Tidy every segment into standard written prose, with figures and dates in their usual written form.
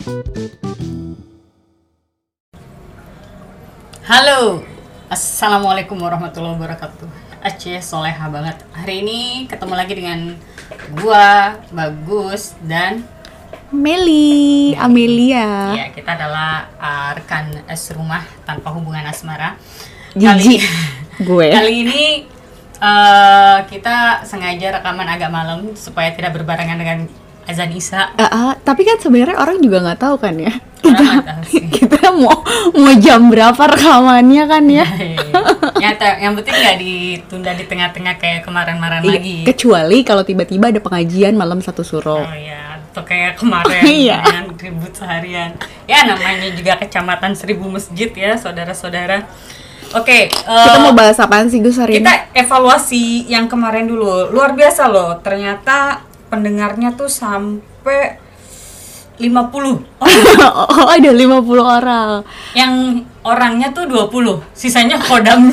Halo, assalamualaikum warahmatullahi wabarakatuh. Aceh soleha banget. Hari ini ketemu lagi dengan gua, Bagus dan Meli, Amelia. ya kita adalah rekan serumah tanpa hubungan asmara. Jijik gue. Kali ini kita sengaja rekaman agak malam supaya tidak berbarengan dengan azan Isya. Tapi kan sebenarnya orang juga nggak tahu kan ya. Orang nggak tahu sih. Kita mau jam berapa rekamannya kan ya? Yang penting nggak ditunda di tengah-tengah kayak kemarin-kemarin lagi. Kecuali kalau tiba-tiba ada pengajian malam satu suro. Oh iya, atau kayak kemarin Iya. dengan ribut seharian. Ya namanya juga kecamatan 1000 masjid ya, saudara-saudara. Oke, Kita mau bahas apaan sih Gus hari ini? kita evaluasi yang kemarin dulu. Luar biasa loh, ternyata pendengarnya tuh sampai 50. Oh, ada 50 orang. Yang orangnya tuh 20, sisanya kodamnya.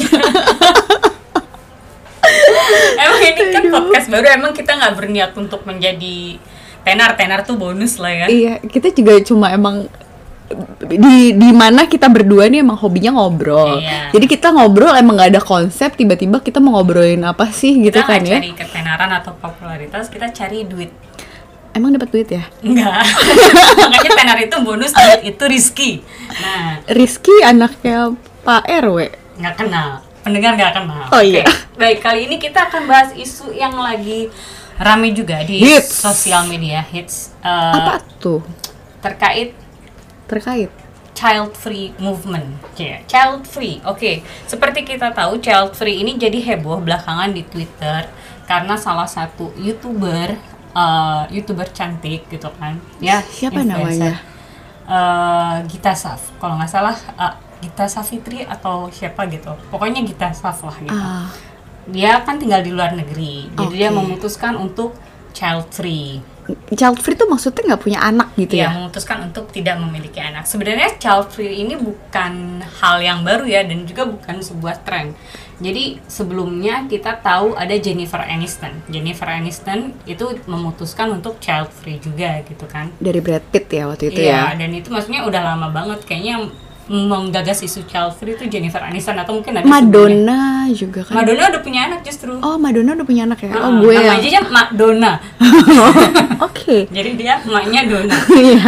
Emang ini kan podcast baru, emang kita nggak berniat untuk menjadi tenar tuh bonus lah ya. Iya, kita juga cuma emang di mana kita berdua nih emang hobinya ngobrol. Iya. Jadi kita ngobrol emang nggak ada konsep, tiba-tiba kita mau ngobrolin apa sih gitu Kita kan nggak ya? cari ketenaran atau popularitas, kita cari duit. Emang dapat duit ya? Enggak. Makanya tenar itu bonus, duit itu rizki. Nah, Rizky anaknya Pak RW. nggak kenal, pendengar nggak kenal. Oh, Oke. iya. Baik, kali ini kita akan bahas isu yang lagi rame juga di Hits. sosial media, hits Apa tuh? terkait Terkait? child free movement. Child free. Oke. Seperti kita tahu, child free ini jadi heboh belakangan di Twitter karena salah satu YouTuber cantik gitu kan. Ya, Siapa influencer. namanya? Gita Saf. Kalau nggak salah Gita Safitri atau siapa gitu. Pokoknya Gita Saf lah gitu. Dia kan tinggal di luar negeri. Jadi dia Oke. memutuskan untuk child free. Child free tuh maksudnya nggak punya anak gitu Ya, ya? memutuskan untuk tidak memiliki anak. Sebenarnya child free ini bukan hal yang baru ya, dan juga bukan sebuah tren. Jadi sebelumnya kita tahu ada Jennifer Aniston. Jennifer Aniston itu memutuskan untuk child free juga gitu kan. Dari Brad Pitt ya waktu itu Iya, ya? dan itu maksudnya udah lama banget kayaknya yang menggagas isu child free itu Jennifer Aniston atau mungkin ada sebelumnya. Madonna juga kan? Madonna udah punya anak justru. Oh, Madonna udah punya anak ya? Oh, gue nama yang... aja Madonna. Oke. Jadi dia emaknya Donna. Iya.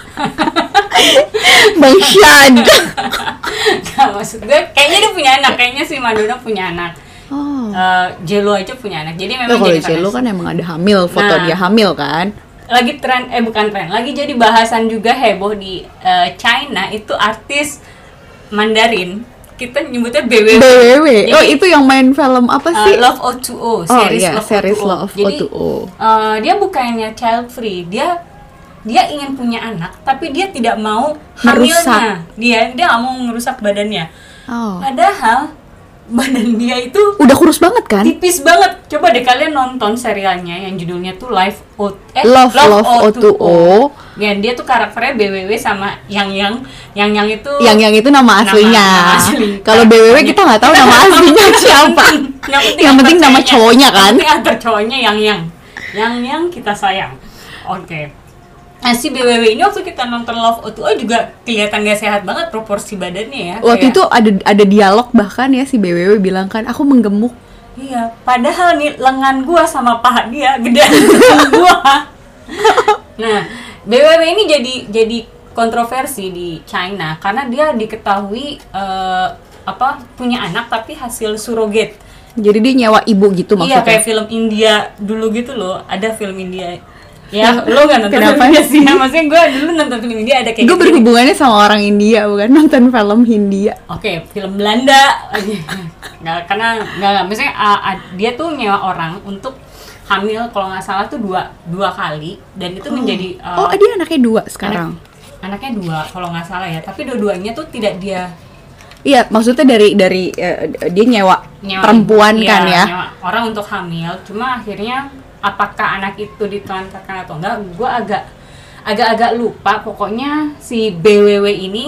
Bang Syad. Nah, maksud gue kayaknya dia punya anak, kayaknya si Madonna punya anak. Oh. J.Lo aja punya anak. Jadi memang Kalau Jennifer J.Lo Aniston kan emang ada hamil, foto Nah. dia hamil kan? lagi tren, bukan tren, lagi jadi bahasan juga heboh di China itu artis Mandarin. Kita nyebutnya BWW. BWW. Jadi, Oh, itu yang main film apa sih? Love O2O, Oh series iya, Love series O2O. Love Jadi, O2O. dia bukannya child free, dia ingin punya anak, tapi dia tidak mau hamilnya. Dia nggak mau ngerusak badannya. Oh. Padahal badan dia itu Udah kurus banget kan? tipis banget. Coba deh kalian nonton serialnya yang judulnya tuh Love O2O. Ya, dia tuh karakternya BWW sama Yang itu Yang itu nama aslinya. nama asli. Kalau BWW kita nggak tahu nama aslinya siapa. Yang penting nama cowoknya kan. Yang penting antar cowoknya yang kita sayang. Oke. Nah, si BWW ini waktu kita nonton Love O2O juga kelihatan gak sehat banget proporsi badannya ya. Waktu Kayak- itu ada dialog bahkan ya si BWW bilang kan aku menggemuk. Iya, padahal nih lengan gua sama paha dia gedean lengan gua. Nah, BWW ini jadi kontroversi di China karena dia diketahui punya anak tapi hasil surrogate. Jadi dia nyewa ibu gitu Iya, maksudnya. kayak film India dulu gitu loh. Ada film India. Ya, lo gak nonton Kenapa film India sih? sih? Maksudnya gue dulu nonton film India ada kayak Gue gitu. berhubungannya sama orang India bukan nonton film Hindia. Oke, film Belanda. Nggak, misalnya dia tuh nyewa orang untuk hamil kalau nggak salah tuh dua kali dan itu menjadi Dia anaknya 2 sekarang. anaknya 2 kalau nggak salah ya, tapi dua-duanya tuh tidak dia Iya, maksudnya dari dia nyewa perempuan iya, kan ya. nyewa orang untuk hamil. Cuma akhirnya apakah anak itu ditelantarkan atau enggak, gue agak lupa. Pokoknya si BWW ini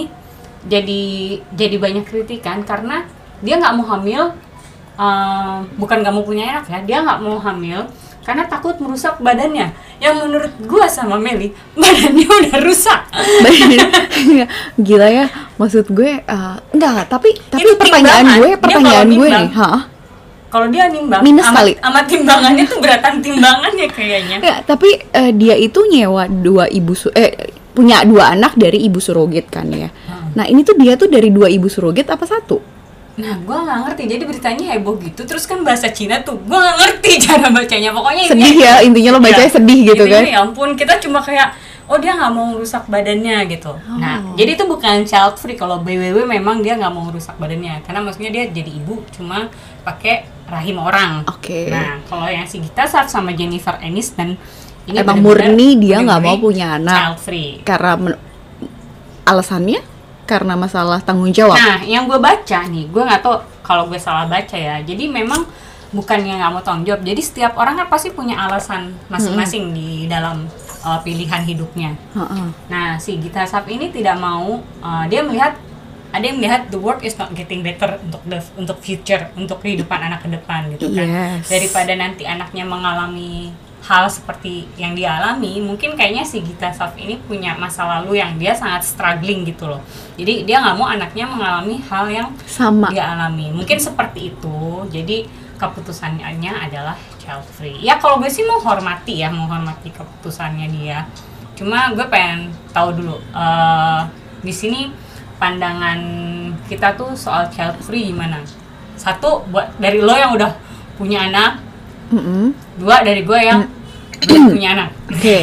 jadi banyak kritikan karena dia nggak mau hamil, bukan nggak mau punya anak ya, dia nggak mau hamil karena takut merusak badannya. Yang menurut gue sama Meli, badannya udah rusak. Gila ya, maksud gue enggak, tapi Itu pertanyaan timbangan. gue Dia nih, kalau dia nimbang, minus sama, kali. sama timbangannya tuh beratan timbangannya kayaknya. Ya, tapi dia itu nyewa punya 2 anak dari ibu surrogate kan ya. Nah ini tuh dia tuh dari 2 ibu surrogate apa 1? Nah, gue nggak ngerti. Jadi beritanya heboh gitu. Terus kan bahasa Cina tuh, gue nggak ngerti cara bacanya. Pokoknya Sedih ya, intinya lo bacanya sedih gitu intinya, kan? Ya ampun, kita cuma kayak, oh dia nggak mau rusak badannya gitu. Nah, jadi itu bukan child free. Kalau BWW memang dia nggak mau rusak badannya, karena maksudnya dia jadi ibu cuma pakai rahim orang. Oke. Nah, kalau yang si Gita Sav sama Jennifer Aniston ini Emang bener-bener murni dia nggak murni mau punya anak. Child free. Karena alasannya karena masalah tanggung jawab. Nah, yang gue baca nih, gue nggak tahu kalau gue salah baca ya. Jadi memang bukannya nggak mau tanggung jawab. Jadi setiap orang kan pasti punya alasan masing-masing di dalam pilihan hidupnya. Nah, si Gita Sav ini tidak mau. Dia melihat, ada yang melihat the world is not getting better untuk future, untuk kehidupan anak ke depan gitu kan. Yes. Daripada nanti anaknya mengalami hal seperti yang dia alami, mungkin kayaknya si Gita Sav ini punya masa lalu yang dia sangat struggling gitu loh. Jadi dia nggak mau anaknya mengalami hal yang Sama. dia alami. Mungkin seperti itu. Jadi keputusannya adalah child free. Ya kalau gue sih menghormati keputusannya dia. Cuma gue pengen tahu dulu di sini pandangan kita tuh soal child free gimana? Satu buat dari lo yang udah punya anak, 2 dari gue yang belum punya anak. Oke.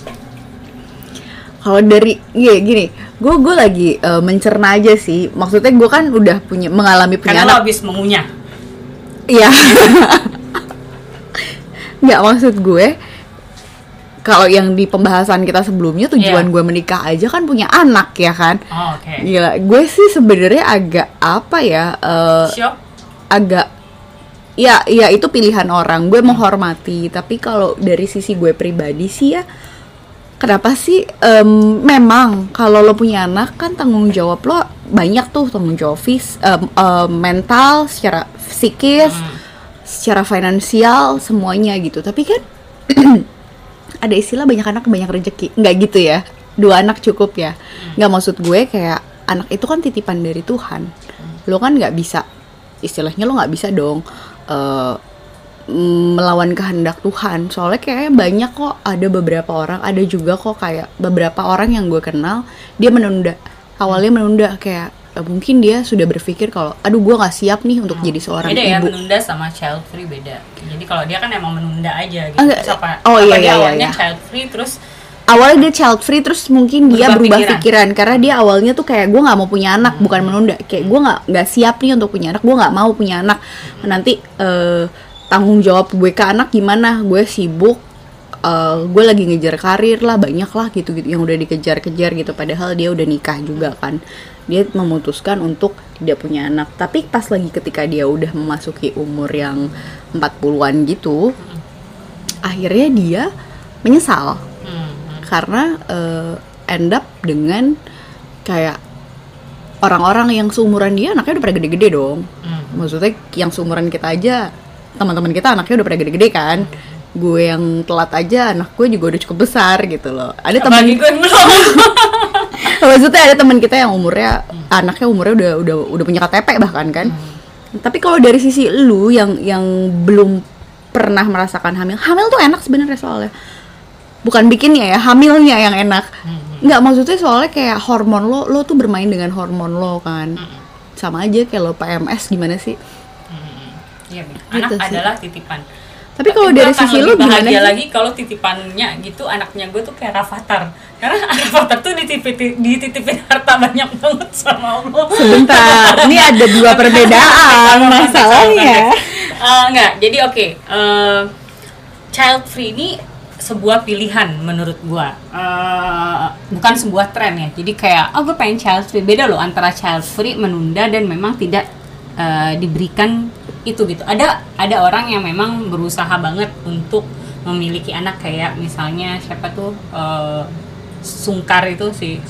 Kalau dari gini, gue lagi mencerna aja sih. Maksudnya gue kan udah mengalami punya Karena lo anak. habis mengunyah. Iya. Nggak, maksud gue kalau yang di pembahasan kita sebelumnya tujuan gue menikah aja kan punya anak ya kan. Oh, oke. Gila, gue sih sebenarnya agak apa ya? Shock? Agak ya itu pilihan orang, gue menghormati. Tapi kalau dari sisi gue pribadi sih ya, kenapa sih memang kalau lo punya anak kan tanggung jawab lo banyak tuh, tanggung jawab mental, secara psikis, secara finansial, semuanya gitu. Tapi kan ada istilah banyak anak banyak rezeki, nggak gitu ya? 2 anak cukup ya? Nggak, maksud gue kayak anak itu kan titipan dari Tuhan. Lo kan nggak bisa, istilahnya lo nggak bisa dong melawan kehendak Tuhan. Soalnya kayak banyak kok, ada beberapa orang, ada juga kok kayak beberapa orang yang gue kenal, dia awalnya menunda kayak mungkin dia sudah berpikir kalau aduh gue nggak siap nih untuk jadi seorang beda ibu. Ya, menunda sama child free beda. Jadi kalau dia kan emang menunda aja gitu. Dia awalnya child free terus awalnya dia child free terus mungkin dia berubah pikiran karena dia awalnya tuh kayak gue nggak mau punya anak, bukan menunda, kayak gue nggak siap nih untuk punya anak, gue nggak mau punya anak, nanti tanggung jawab gue ke anak gimana, gue sibuk, gue lagi ngejar karir lah, banyak lah gitu yang udah dikejar-kejar gitu, padahal dia udah nikah juga kan. Dia memutuskan untuk tidak punya anak. Tapi pas lagi ketika dia udah memasuki umur yang 40-an gitu, akhirnya dia menyesal karena end up dengan kayak orang-orang yang seumuran dia anaknya udah pada gede-gede dong. Maksudnya yang seumuran kita aja, teman-teman kita anaknya udah pada gede-gede kan. Gue yang telat aja, anak gue juga udah cukup besar gitu loh. Ada teman gue belum. Maksudnya ada teman kita yang anaknya umurnya udah punya KTP bahkan kan. Tapi kalau dari sisi lu yang belum pernah merasakan hamil tuh enak sebenarnya soalnya. Bukan bikinnya ya, hamilnya yang enak. Nggak, maksudnya soalnya kayak hormon lo tuh bermain dengan hormon lo kan. Sama aja kayak lo PMS gimana sih? Iya, anak gitu adalah titipan. Tapi kalau dari sisi lo gimana sih? Lagi kalau titipannya gitu, anaknya gue tuh kayak Rafathar. Karena Rafathar tuh dititipin harta banyak banget sama Allah. Sebentar, ini ada 2 perbedaan masalahnya. Enggak, jadi oke. Child free ini sebuah pilihan menurut gua, bukan sebuah tren ya. Jadi kayak gue pengen child free, beda loh antara child free menunda dan memang tidak diberikan itu gitu. Ada orang yang memang berusaha banget untuk memiliki anak, kayak misalnya siapa tuh Sungkar itu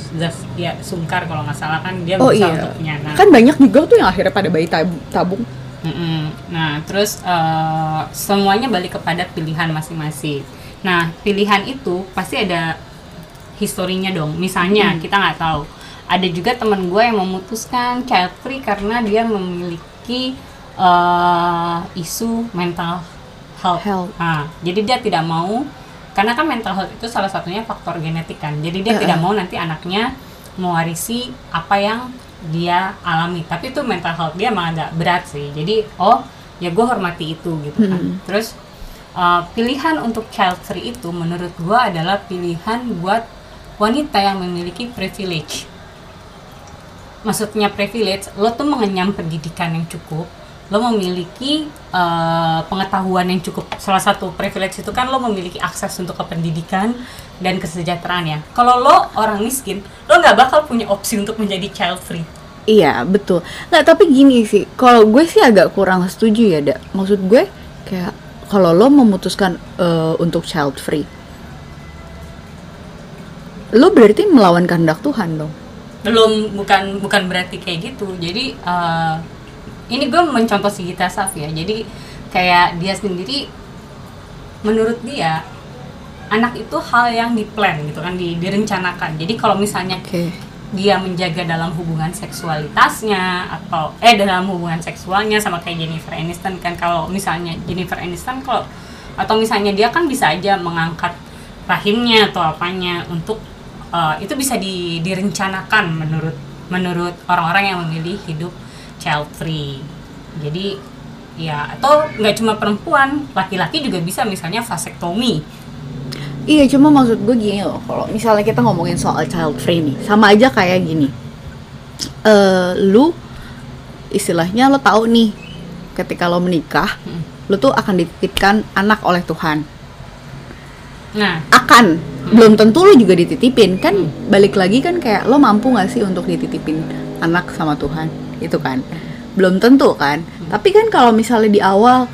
Sungkar kalau nggak salah kan, dia berusaha untuk punya anak. Kan banyak juga tuh yang akhirnya pada bayi tabung. Nah, terus semuanya balik kepada pilihan masing-masing. Nah, pilihan itu pasti ada historinya dong. Misalnya kita nggak tahu. Ada juga teman gue yang memutuskan child free karena dia memiliki isu mental health. Nah, jadi dia tidak mau, karena kan mental health itu salah satunya faktor genetik kan. Jadi dia tidak mau nanti anaknya mewarisi apa yang dia alami. Tapi itu mental health dia emang agak berat sih. Jadi ya gue hormati itu gitu kan. Terus pilihan untuk child free itu menurut gue adalah pilihan buat wanita yang memiliki privilege. Maksudnya privilege, lo tuh mengenyam pendidikan yang cukup, lo memiliki pengetahuan yang cukup. Salah satu privilege itu kan lo memiliki akses untuk ke pendidikan dan kesejahteraan ya. Kalau lo orang miskin, lo nggak bakal punya opsi untuk menjadi child free. Iya betul. Nggak, tapi gini sih, kalau gue sih agak kurang setuju ya, Da. Maksud gue kayak kalau lo memutuskan untuk child free, lo berarti melawan kehendak Tuhan dong. Belum, bukan berarti kayak gitu. Jadi ini gue mencontoh si Gita Saf ya. Jadi kayak dia sendiri, menurut dia anak itu hal yang di-plan gitu kan, direncanakan. Jadi kalau misalnya dia menjaga dalam hubungan seksualitasnya atau dalam hubungan seksualnya sama kayak Jennifer Aniston kan. Kalau misalnya Jennifer Aniston atau misalnya dia kan bisa aja mengangkat rahimnya atau apanya untuk itu bisa direncanakan menurut orang-orang yang memilih hidup child free. Jadi ya, atau nggak cuma perempuan, laki-laki juga bisa misalnya vasektomi. Iya, cuma maksud gue gini loh, kalau misalnya kita ngomongin soal child free nih, sama aja kayak gini, lu istilahnya lo tahu nih, ketika lo menikah, lo tuh akan dititipkan anak oleh Tuhan. Nah, belum tentu lo juga dititipin kan, balik lagi kan kayak lo mampu nggak sih untuk dititipin anak sama Tuhan, itu kan, belum tentu kan. Tapi kan kalau misalnya di awal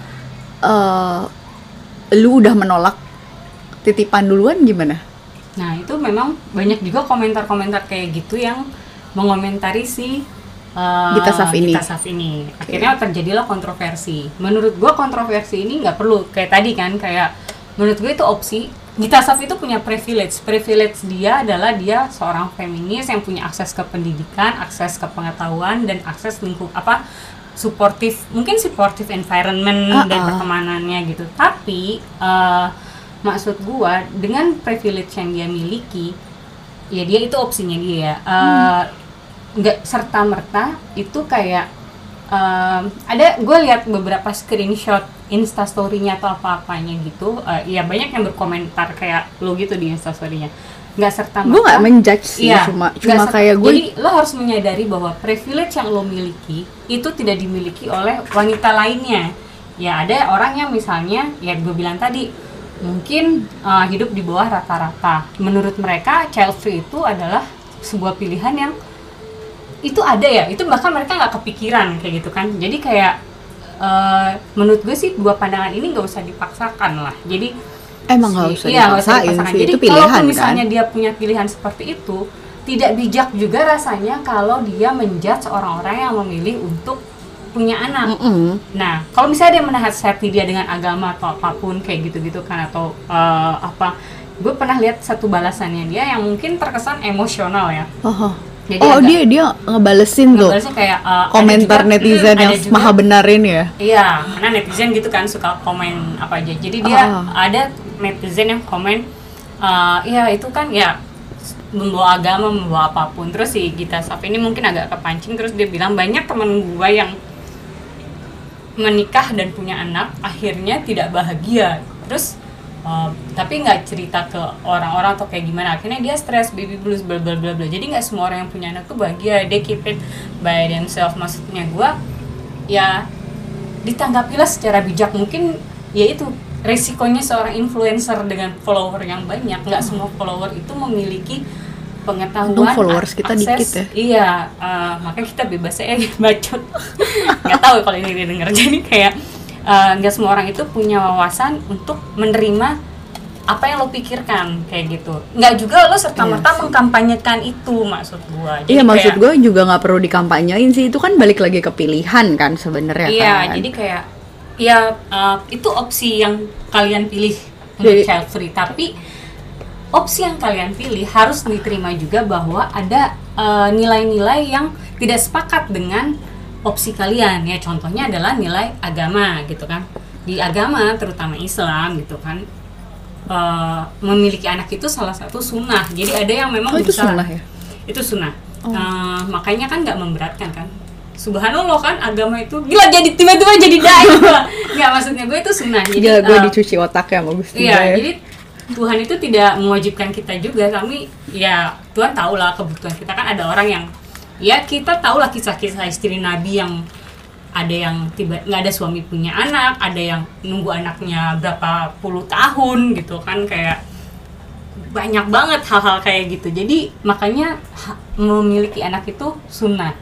lu udah menolak titipan duluan gimana? Nah, itu memang banyak juga komentar-komentar kayak gitu yang mengomentari si Gita Saf ini. Akhirnya terjadilah kontroversi. Menurut gue kontroversi ini nggak perlu kayak tadi kan, kayak menurut gue itu opsi. Gita Saf itu punya privilege dia adalah dia seorang feminis yang punya akses ke pendidikan, akses ke pengetahuan, dan akses supportive environment dan pertemanannya gitu. Tapi maksud gua, dengan privilege yang dia miliki, ya dia itu opsinya dia. Nggak serta-merta itu kayak ada, gue lihat beberapa screenshot instastory-nya atau apa-apanya gitu, ya banyak yang berkomentar kayak lo gitu di instastory-nya. Nggak serta-merta. Gue nggak menjudge sih, cuma kayak gue. Jadi lo harus menyadari bahwa privilege yang lo miliki itu tidak dimiliki oleh wanita lainnya. Ya ada orang yang misalnya, ya gue bilang tadi, mungkin hidup di bawah rata-rata. Menurut mereka child free itu adalah sebuah pilihan yang itu ada ya, itu bahkan mereka nggak kepikiran kayak gitu kan. Jadi kayak menurut gue sih dua pandangan ini nggak usah dipaksakan lah. Jadi emang nggak usah dipaksain sih, jadi itu pilihan kalau misalnya kan? Dia punya pilihan seperti itu, tidak bijak juga rasanya kalau dia menjudge orang-orang yang memilih untuk punya anak. Nah, kalau misalnya dia menasihati dia dengan agama atau apapun kayak gitu-gitu kan, atau gue pernah lihat satu balasannya dia yang mungkin terkesan emosional ya. Jadi dia ngebalesin tuh kayak komentar juga, netizen yang maha benarin ya. Iya, karena netizen gitu kan suka komen apa aja. Jadi dia ada netizen yang komen ya itu kan ya membawa agama, membawa apapun. Terus si Gita Saf ini mungkin agak kepancing, terus dia bilang banyak temen gue yang menikah dan punya anak akhirnya tidak bahagia. Terus tapi nggak cerita ke orang-orang atau kayak gimana, akhirnya dia stres, baby blues, bla bla bla bla. Jadi nggak semua orang yang punya anak tuh bahagia, they keep it by themselves. Maksudnya gue ya ditanggapilah secara bijak. Mungkin ya itu resikonya seorang influencer dengan follower yang banyak. Nggak semua follower itu memiliki pengetahuan, followers kita akses, dikit ya. Iya, makanya kita bebas ya bacot. Nggak tahu kalau ini dia denger. Jadi kayak nggak semua orang itu punya wawasan untuk menerima apa yang lo pikirkan kayak gitu. Nggak juga lo serta-merta mengkampanyekan itu, maksud gua. Iya, maksud gue juga nggak perlu dikampanyein sih, itu kan balik lagi ke pilihan kan sebenarnya. Iya, kan? jadi kayak ya itu opsi yang kalian pilih untuk child free, tapi opsi yang kalian pilih harus diterima juga bahwa ada nilai-nilai yang tidak sepakat dengan opsi kalian. Ya contohnya adalah nilai agama gitu kan. Di agama terutama Islam gitu kan, memiliki anak itu salah satu sunnah. Jadi ada yang memang itu sunnah ya? Itu sunnah. Makanya kan nggak memberatkan kan. Subhanallah kan agama itu gila, jadi tiba-tiba jadi dai. Nggak, maksudnya gue itu sunnah. Jadi gue dicuci otaknya sama Gusti. Iya, jadi Tuhan itu tidak mewajibkan kita juga. Kami ya Tuhan tahu lah kebutuhan kita kan. Ada orang yang ya kita tahu lah kisah-kisah istri Nabi yang ada yang tiba nggak ada suami punya anak, ada yang nunggu anaknya berapa puluh tahun gitu kan, kayak banyak banget hal-hal kayak gitu. Jadi makanya memiliki anak itu sunnah.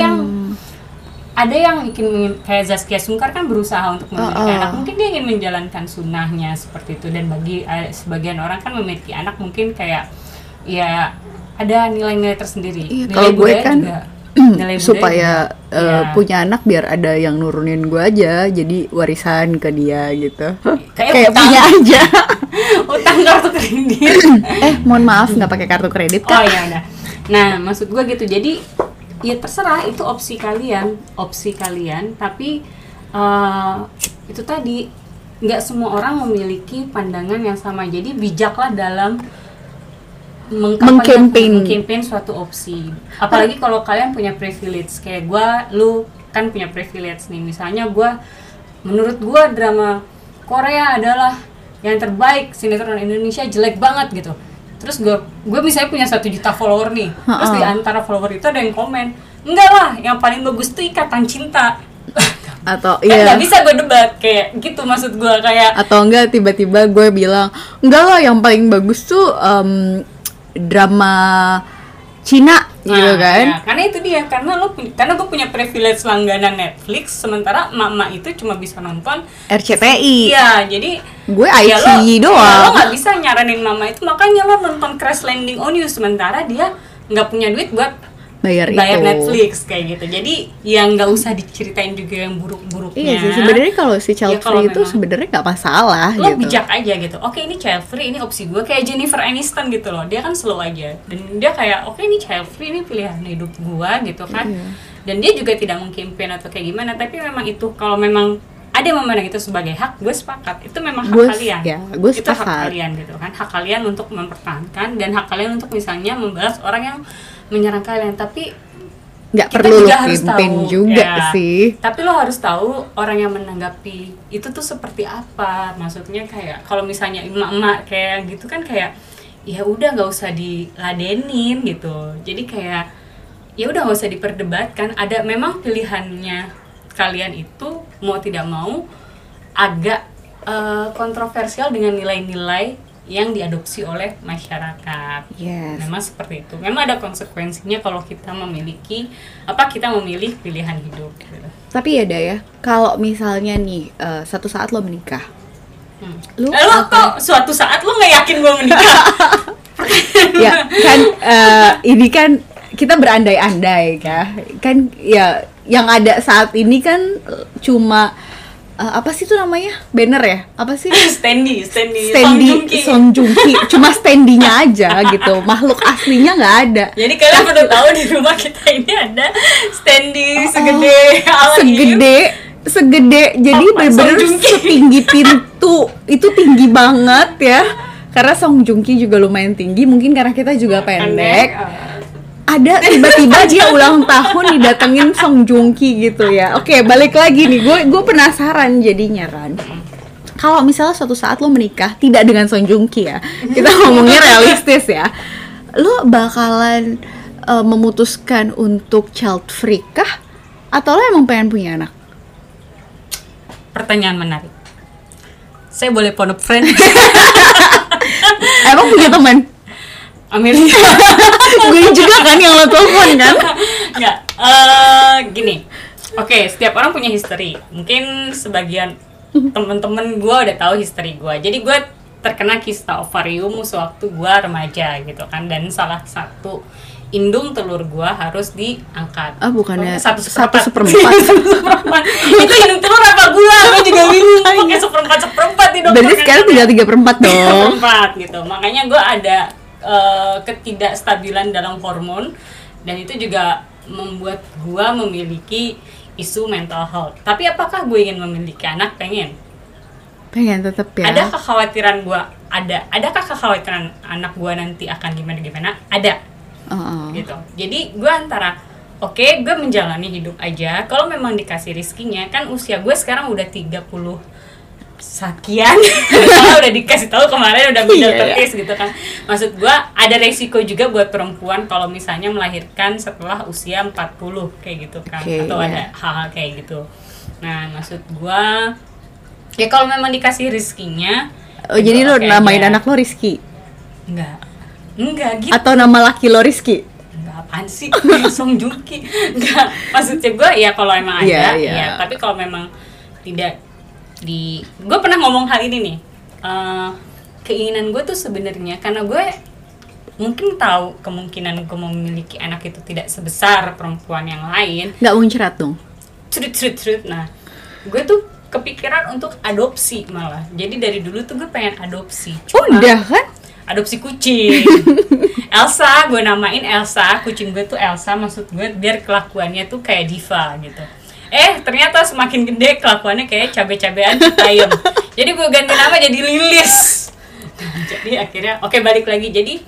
Ada yang ingin kayak Zaskia Sungkar kan berusaha untuk memiliki anak, mungkin dia ingin menjalankan sunnahnya seperti itu. Dan bagi sebagian orang kan memiliki anak mungkin kayak ya ada nilai-nilai tersendiri. Iya, kalau gue kan juga, supaya punya anak biar ada yang nurunin gue aja, jadi warisan ke dia gitu. Kayak punya aja. Utang kartu kredit. Mohon maaf nggak pakai kartu kredit kan? Oh ya udah. Nah maksud gue gitu, jadi ya terserah, itu opsi kalian. Tapi itu tadi nggak semua orang memiliki pandangan yang sama. Jadi bijaklah dalam mengkampanyekan suatu opsi. Apalagi kalau kalian punya privilege kayak lu kan punya privilege nih. Misalnya menurut gue drama Korea adalah yang terbaik, sinetron Indonesia jelek banget gitu. Terus gue misalnya punya 1 juta follower nih. Terus di antara follower itu ada yang komen, enggak lah, yang paling bagus tuh Ikatan Cinta. Atau nggak bisa gue debat kayak gitu, maksud gue kayak. Atau enggak tiba-tiba gue bilang, enggak lah, yang paling bagus tuh drama Cina gitu kan. Ya, karena itu dia, karena gue punya privilege langganan Netflix, sementara emak-emak itu cuma bisa nonton RCTI. Iya, jadi gue ICI doang. Lo nggak bisa nyaranin mama itu, makanya lo nonton Crash Landing on You, sementara dia nggak punya duit buat bayar Netflix kayak gitu. Jadi ya nggak usah diceritain juga yang buruk-buruknya. Iya sih, sebenarnya kalau si child free itu sebenarnya nggak masalah lo gitu. Bijak aja gitu. Oke, ini child free, ini opsi gue. Kayak Jennifer Aniston gitu loh, dia kan slow aja dan dia kayak oke, ini child free, ini pilihan hidup gue gitu kan. Dan dia juga tidak mengkampen atau kayak gimana, tapi memang itu kalau memang ada yang memandang itu sebagai hak, gue sepakat. Itu memang hak kalian. Ya, gue itu hak kalian gitu kan. Hak kalian untuk mempertahankan dan hak kalian untuk misalnya membalas orang yang menyerang kalian, tapi nggak perlu lo campaign juga ya, sih. Tapi lo harus tahu orang yang menanggapi itu tuh seperti apa. Maksudnya kayak kalau misalnya emak-emak kayak gitu kan, kayak ya udah nggak usah diladenin gitu. Jadi kayak ya udah nggak usah diperdebatkan. Ada memang pilihannya kalian itu mau tidak mau agak kontroversial dengan nilai-nilai yang diadopsi oleh masyarakat. Yes. Memang seperti itu. Memang ada konsekuensinya kalau kita memilih pilihan hidup gitu. Tapi ya ya, kalau misalnya nih satu saat lo menikah, lo kok suatu saat lo nggak yakin gue menikah? Ya kan, ini kan kita berandai-andai kan ya, yang ada saat ini kan cuma apa sih itu namanya, banner ya, apa sih? Standy Song Joong Ki, cuma standinya aja gitu, makhluk aslinya nggak ada. Jadi kalian perlu tahu di rumah kita ini ada standy segede, jadi bener-bener setinggi pintu, itu tinggi banget ya. Karena Song Joong Ki juga lumayan tinggi, mungkin karena kita juga pendek. Ada tiba-tiba dia ulang tahun didatengin Song Joong Ki gitu ya. Oke, balik lagi nih, gue penasaran jadinya kan. Kalau misalnya suatu saat lo menikah tidak dengan Song Joong Ki ya, kita ngomongnya realistis ya, lo bakalan memutuskan untuk child free kah? Atau lo emang pengen punya anak? Pertanyaan menarik. Saya boleh phone up friend? Emang punya teman? Amelia. Gue juga kan yang lo telepon kan? Enggak, gini. Oke, setiap orang punya history. Mungkin sebagian temen-temen gue udah tahu history gue. Jadi gue terkena kista ovarium sewaktu gue remaja gitu kan, dan salah satu indung telur gua harus diangkat. Bukannya satu seperempat. Itu indung telur apa gula? Gua juga bingung. Pakai seperempat di dokter. Berarti sekarang tinggal 3/4 dong. 3/4 gitu. Makanya gua ada ketidakstabilan dalam hormon, dan itu juga membuat gua memiliki isu mental health. Tapi apakah gue ingin memiliki anak? Pengen Tetap ya. Ada kekhawatiran gua, adakah kekhawatiran anak gua nanti akan gimana? Ada. Gitu. Jadi gue antara oke, gue menjalani hidup aja. Kalau memang dikasih rezekinya, kan usia gue sekarang udah 30 sekian. Udah dikasih tahu kemarin udah middle 30s gitu kan. Maksud gue ada resiko juga buat perempuan kalau misalnya melahirkan setelah usia 40 kayak gitu kan. Atau ada hal-hal kayak gitu. Nah, maksud gue ya kalau memang dikasih rezekinya. Jadi lo namain anak lo Rizky? Enggak gitu. Atau nama laki lo Rizky? Enggak, apaan sih? Song Joong Ki. Enggak, maksudnya gue ya kalau emang ada ya, tapi kalau memang tidak gue pernah ngomong hal ini nih. Keinginan gue tuh sebenarnya karena gue mungkin tahu kemungkinan gue memiliki anak itu tidak sebesar perempuan yang lain. Nggak muncrat dong? Cerut. Nah, gue tuh kepikiran untuk adopsi malah. Jadi dari dulu tuh gue pengen adopsi. Udah kan? Adopsi kucing. Elsa, gue namain Elsa, kucing gue tuh Elsa, maksud gue biar kelakuannya tuh kayak diva gitu. Ternyata semakin gede kelakuannya kayak cabe-cabean Citayam. Jadi gue ganti nama jadi Lilis. Jadi akhirnya balik lagi. Jadi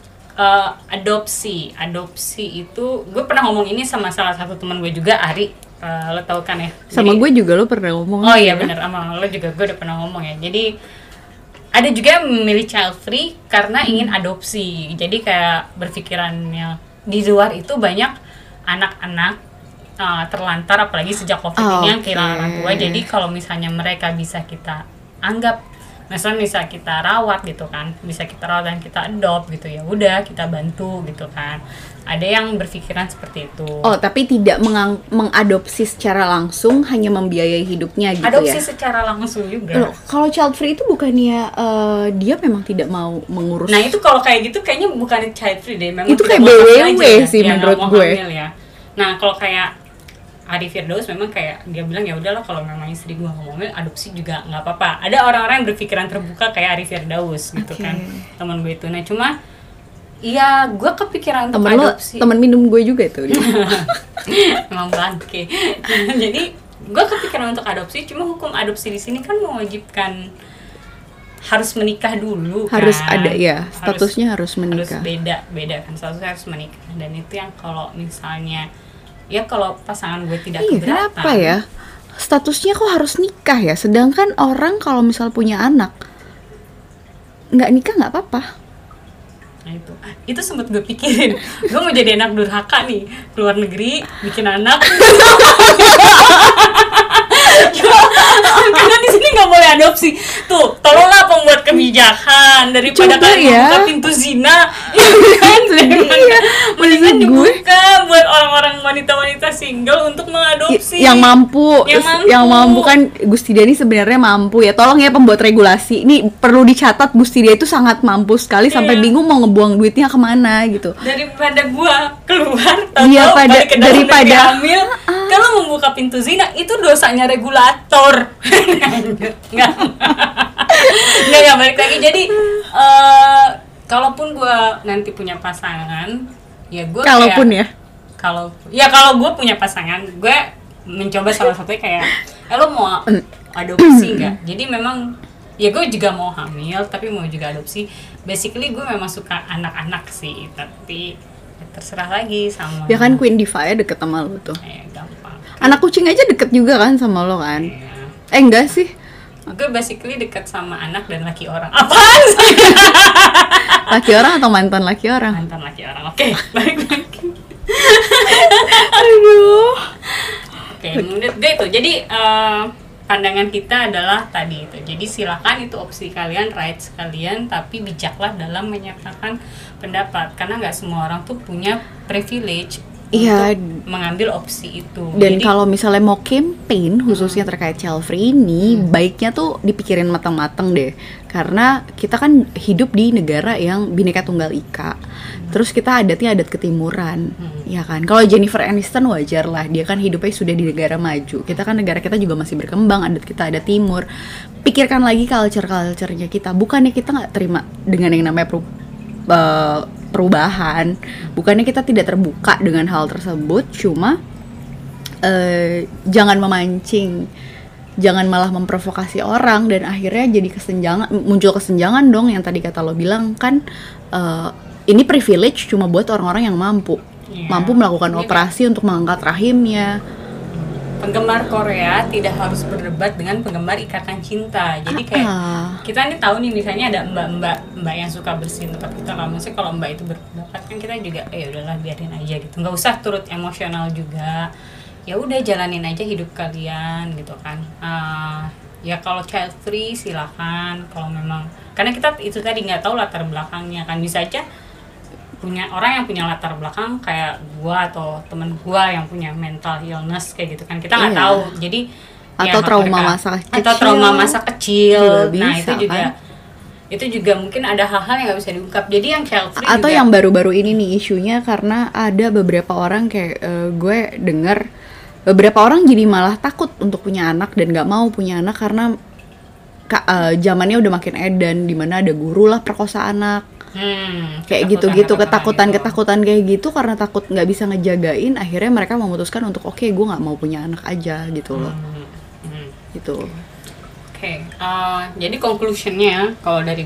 adopsi itu gue pernah ngomong ini sama salah satu teman gue juga, Ari. Lo tau kan ya? Sama gue juga lo pernah ngomong. Oh iya bener, sama lo juga gue udah pernah ngomong ya. Jadi ada juga yang memilih child free karena ingin adopsi. Jadi kayak berpikirannya di luar itu banyak anak-anak terlantar, apalagi sejak COVID ini yang kehilangan orang tua. Jadi kalau misalnya mereka bisa kita anggap, misalnya bisa kita rawat gitu kan, bisa kita rawat dan kita adopt gitu, ya udah kita bantu gitu kan. Ada yang berpikiran seperti itu. Tapi tidak mengadopsi secara langsung, hanya membiayai hidupnya gitu. Adopsi secara langsung juga. Kalau child free itu bukannya dia memang tidak mau mengurus. Nah itu kalau kayak gitu kayaknya bukan child free deh, memang itu kayak BWW sih menurut gue. Ya. Nah kalau kayak Ari Firdaus memang kayak dia bilang ya udahlah kalau memang istri gue nggak mau hamil, adopsi juga nggak apa-apa. Ada orang-orang yang berpikiran terbuka kayak Ari Firdaus gitu kan, teman gue itu. Nah cuma iya, gue kepikiran untuk adopsi. Temen minum gue juga tuh. Emang bangke. Jadi gue kepikiran untuk adopsi, cuma hukum adopsi di sini kan mewajibkan harus menikah dulu kan. Harus ada ya, statusnya harus menikah. Harus beda kan, statusnya harus menikah. Dan itu yang kalau misalnya ya kalau pasangan gue tidak keberatan. Kenapa ya? Statusnya kok harus nikah ya? Sedangkan orang kalau misal punya anak nggak nikah nggak apa-apa. Nah itu sempet gue pikirin, gue mau jadi anak durhaka nih, keluar negeri bikin anak. Karena di sini nggak boleh adopsi. Tuh, tolonglah pembuat kebijakan daripada kalian buka pintu zina. Mendingan dibuka buat orang-orang wanita-wanita single untuk mengadopsi. Yang mampu kan. Gusti Dia ini sebenarnya mampu ya. Tolong ya pembuat regulasi. Ini perlu dicatat, Gusti Dia itu sangat mampu sekali sampai bingung mau ngebuang duitnya kemana gitu. Daripada gua keluar daripada hamil, kalau membuka pintu zina itu dosanya regulator. Nggak balik lagi. Jadi kalaupun gue nanti punya pasangan, ya gue kalau gue punya pasangan, gue mencoba salah satunya kayak, lo mau adopsi nggak? Jadi memang ya gue juga mau hamil, tapi mau juga adopsi. Basically gue memang suka anak-anak sih, tapi ya terserah lagi sama. Ya kan Queen Diva ya deket sama lo tuh. Gampang. Anak kucing aja deket juga kan sama lo kan? Enggak sih. Gue basically dekat sama anak dan laki orang. Apaan sih? Laki orang atau mantan laki orang? Mantan laki orang. Oke, balik lagi. Aduh. Oke, menurut gue itu. Jadi pandangan kita adalah tadi itu. Jadi silakan, itu opsi kalian, rights kalian, tapi bijaklah dalam menyatakan pendapat. Karena nggak semua orang tuh punya privilege Iya. untuk mengambil opsi itu. Dan Jadi, kalau misalnya mau campaign khususnya terkait child free ini, baiknya tuh dipikirin matang-matang deh. Karena kita kan hidup di negara yang Bhinneka Tunggal Ika. Terus kita adatnya adat ketimuran, ya kan. Kalau Jennifer Aniston wajar lah, dia kan hidupnya sudah di negara maju. Kita kan negara kita juga masih berkembang, adat kita adat timur. Pikirkan lagi culture-nya kita. Bukannya kita nggak terima dengan yang namanya perubahan, bukannya kita tidak terbuka dengan hal tersebut, cuma jangan memancing, jangan malah memprovokasi orang dan akhirnya jadi muncul kesenjangan dong. Yang tadi kata lo bilang kan, ini privilege cuma buat orang-orang yang mampu melakukan operasi untuk mengangkat rahimnya. penggemar Korea tidak harus berdebat dengan penggemar Ikatan Cinta. Jadi kayak kita nih tahu nih, misalnya ada mbak yang suka bersihin tempat kita lah. Maksudnya kalau mbak itu berpendapat kan kita juga udahlah biarin aja gitu. Nggak usah turut emosional juga. Ya udah jalanin aja hidup kalian gitu kan. Ya kalau child free silakan. Kalau memang karena kita itu tadi nggak tahu latar belakangnya kan, bisa aja punya orang yang punya latar belakang kayak gua atau temen gua yang punya mental illness kayak gitu kan, kita nggak tahu. Jadi atau ya, trauma masa kecil, atau trauma masa kecil. Nah bisa, itu juga kan? Itu juga mungkin ada hal-hal yang nggak bisa diungkap. Jadi yang child free atau juga, yang baru-baru ini nih isunya, karena ada beberapa orang kayak gue dengar beberapa orang jadi malah takut untuk punya anak dan nggak mau punya anak karena zamannya udah makin edan, dimana ada guru lah perkosa anak. Kayak gitu-gitu, ketakutan kayak gitu, karena takut nggak bisa ngejagain, akhirnya mereka memutuskan untuk oke, gue nggak mau punya anak aja gitu loh. Gitu. Oke, jadi conclusionnya kalau dari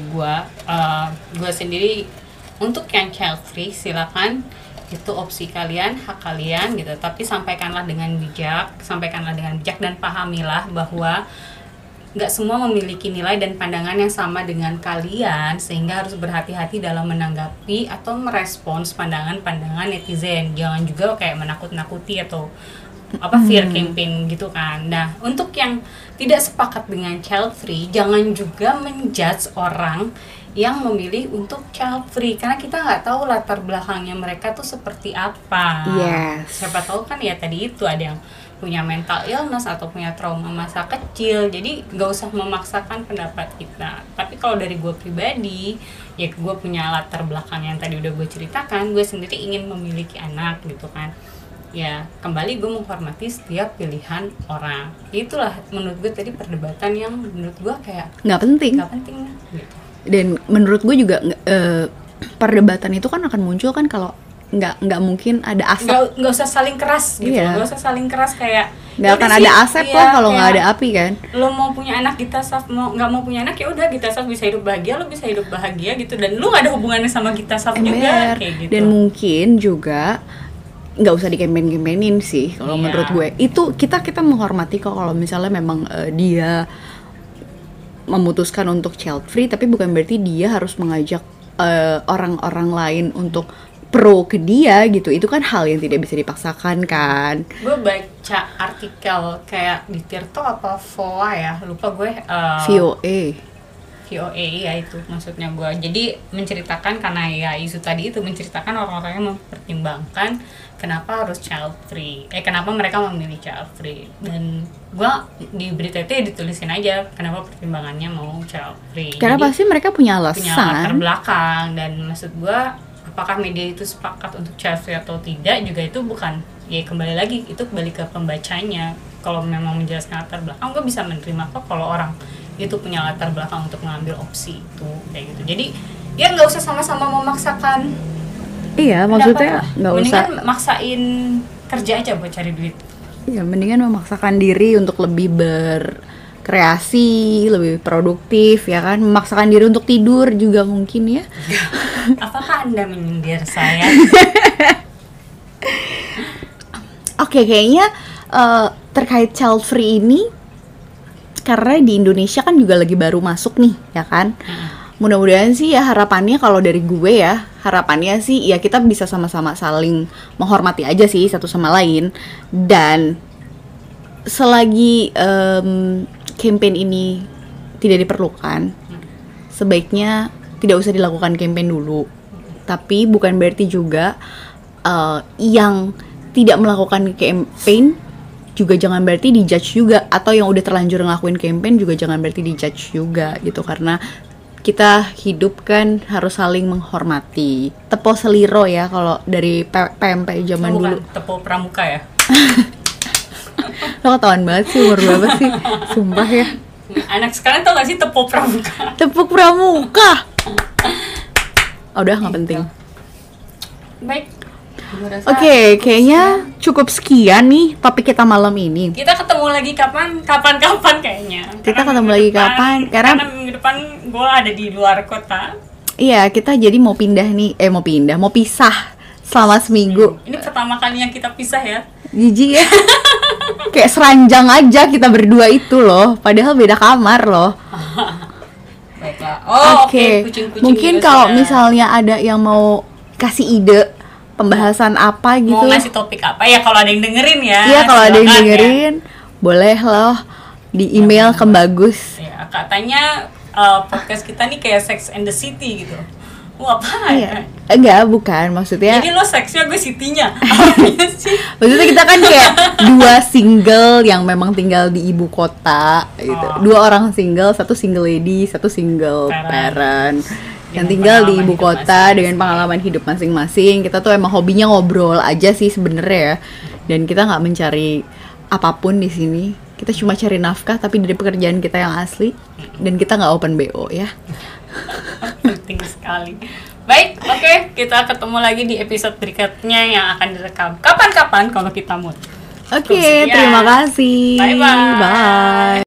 gue sendiri untuk yang child free silakan, itu opsi kalian, hak kalian gitu. Tapi sampaikanlah dengan bijak dan pahamilah bahwa nggak semua memiliki nilai dan pandangan yang sama dengan kalian, sehingga harus berhati-hati dalam menanggapi atau merespons pandangan-pandangan netizen. Jangan juga kayak menakut-nakuti atau fear campaign gitu kan. Nah, untuk yang tidak sepakat dengan child free, jangan juga menjudge orang yang memilih untuk child free, karena kita nggak tahu latar belakangnya mereka tuh seperti apa. Yes. Siapa tahu kan ya tadi itu ada yang punya mental illness atau punya trauma masa kecil. Jadi nggak usah memaksakan pendapat kita. Tapi kalau dari gue pribadi, ya gue punya latar belakang yang tadi udah gue ceritakan. Gue sendiri ingin memiliki anak gitu kan. Ya kembali gue menghormati setiap pilihan orang. Itulah menurut gue tadi perdebatan yang menurut gue kayak nggak penting gitu. Dan menurut gue juga perdebatan itu kan akan muncul kan kalau nggak mungkin ada asap. Nggak usah saling keras gitu. Nggak usah saling keras kayak nggak akan ada asap lah kalau nggak ada api kan. Lo mau punya anak kita Saf, nggak mau punya anak ya udah kita Saf bisa hidup bahagia, lo bisa hidup bahagia gitu, dan lo nggak ada hubungannya sama kita Saf juga kayak gitu. Dan mungkin juga nggak usah dikempen-kempenin sih kalau menurut gue. Itu kita menghormati kok kalau misalnya memang dia memutuskan untuk child free, tapi bukan berarti dia harus mengajak orang-orang lain untuk pro ke dia gitu. Itu kan hal yang tidak bisa dipaksakan kan. Gue baca artikel kayak di Tirto apa VOA ya, lupa gue. VOA ya itu maksudnya gue. Jadi menceritakan, karena ya isu tadi itu menceritakan orang-orang yang mempertimbangkan kenapa harus child free, kenapa mereka memilih child free. Dan gue di berita itu ditulisin aja kenapa pertimbangannya mau child free. Karena pasti mereka punya alasan, punya latar belakang. Dan maksud gue, apakah media itu sepakat untuk child free atau tidak juga itu bukan, ya kembali lagi itu kembali ke pembacanya. Kalau memang menjelaskan latar belakang, gue bisa menerima kok kalau orang itu punya latar belakang untuk mengambil opsi itu kayak gitu. Jadi ya nggak usah sama-sama memaksakan. Iya, maksudnya nggak usah maksain kerja aja buat cari duit. Iya, mendingan memaksakan diri untuk lebih berkreasi, lebih produktif ya kan. Memaksakan diri untuk tidur juga mungkin ya. Apakah Anda menyindir saya? Oke, kayaknya terkait child free ini, karena di Indonesia kan juga lagi baru masuk nih ya kan. Mudah-mudahan sih ya, harapannya kalau dari gue ya, harapannya sih ya kita bisa sama-sama saling menghormati aja sih satu sama lain. Dan selagi campaign ini tidak diperlukan, sebaiknya tidak usah dilakukan campaign dulu. Tapi bukan berarti juga yang tidak melakukan campaign juga jangan berarti dijudge juga, atau yang udah terlanjur ngelakuin campaign juga jangan berarti dijudge juga gitu, karena kita hidup kan harus saling menghormati. Tepo seliro ya kalau dari PMP zaman dulu. Tepo pramuka ya. Lo ketahuan banget sih umur berapa sih, sumpah ya. Anak sekarang tau gak sih tepo pramuka? Tepuk pramuka. Oh, udah nggak penting. Baik. Oke, kayaknya cukup sekian nih topik kita malam ini. Kita ketemu lagi kapan kayaknya. Kita ketemu lagi kapan? Karena minggu depan gue ada di luar kota. Iya, kita jadi mau pindah nih, mau pisah selama seminggu. Ini pertama kalinya kita pisah ya. Jijik ya. Kayak seranjang aja kita berdua itu loh, padahal beda kamar loh. Baiklah. Oke. Mungkin kalau misalnya ada yang mau kasih ide pembahasan apa gitu, mau ngasih topik apa ya, kalau ada yang dengerin ya. Iya, kalau ada yang dengerin boleh loh di email ke Bagus. Ya, katanya podcast kita nih kayak Sex and the City gitu. Wah, apa ya? Enggak, bukan, maksudnya. Jadi lo seksnya, gue city-nya. Maksudnya kita kan kayak dua single yang memang tinggal di ibu kota gitu. Dua orang single, satu single lady, satu single parent. Yang tinggal di ibu kota dengan pengalaman hidup masing-masing. Kita tuh emang hobinya ngobrol aja sih sebenarnya ya. Dan kita nggak mencari apapun di sini. Kita cuma cari nafkah, tapi dari pekerjaan kita yang asli. Dan kita nggak open BO ya. Penting sekali. Baik, oke, kita ketemu lagi di episode berikutnya yang akan direkam kapan-kapan kalau kita mood. Oke, terima kasih. Bye-bye. Bye.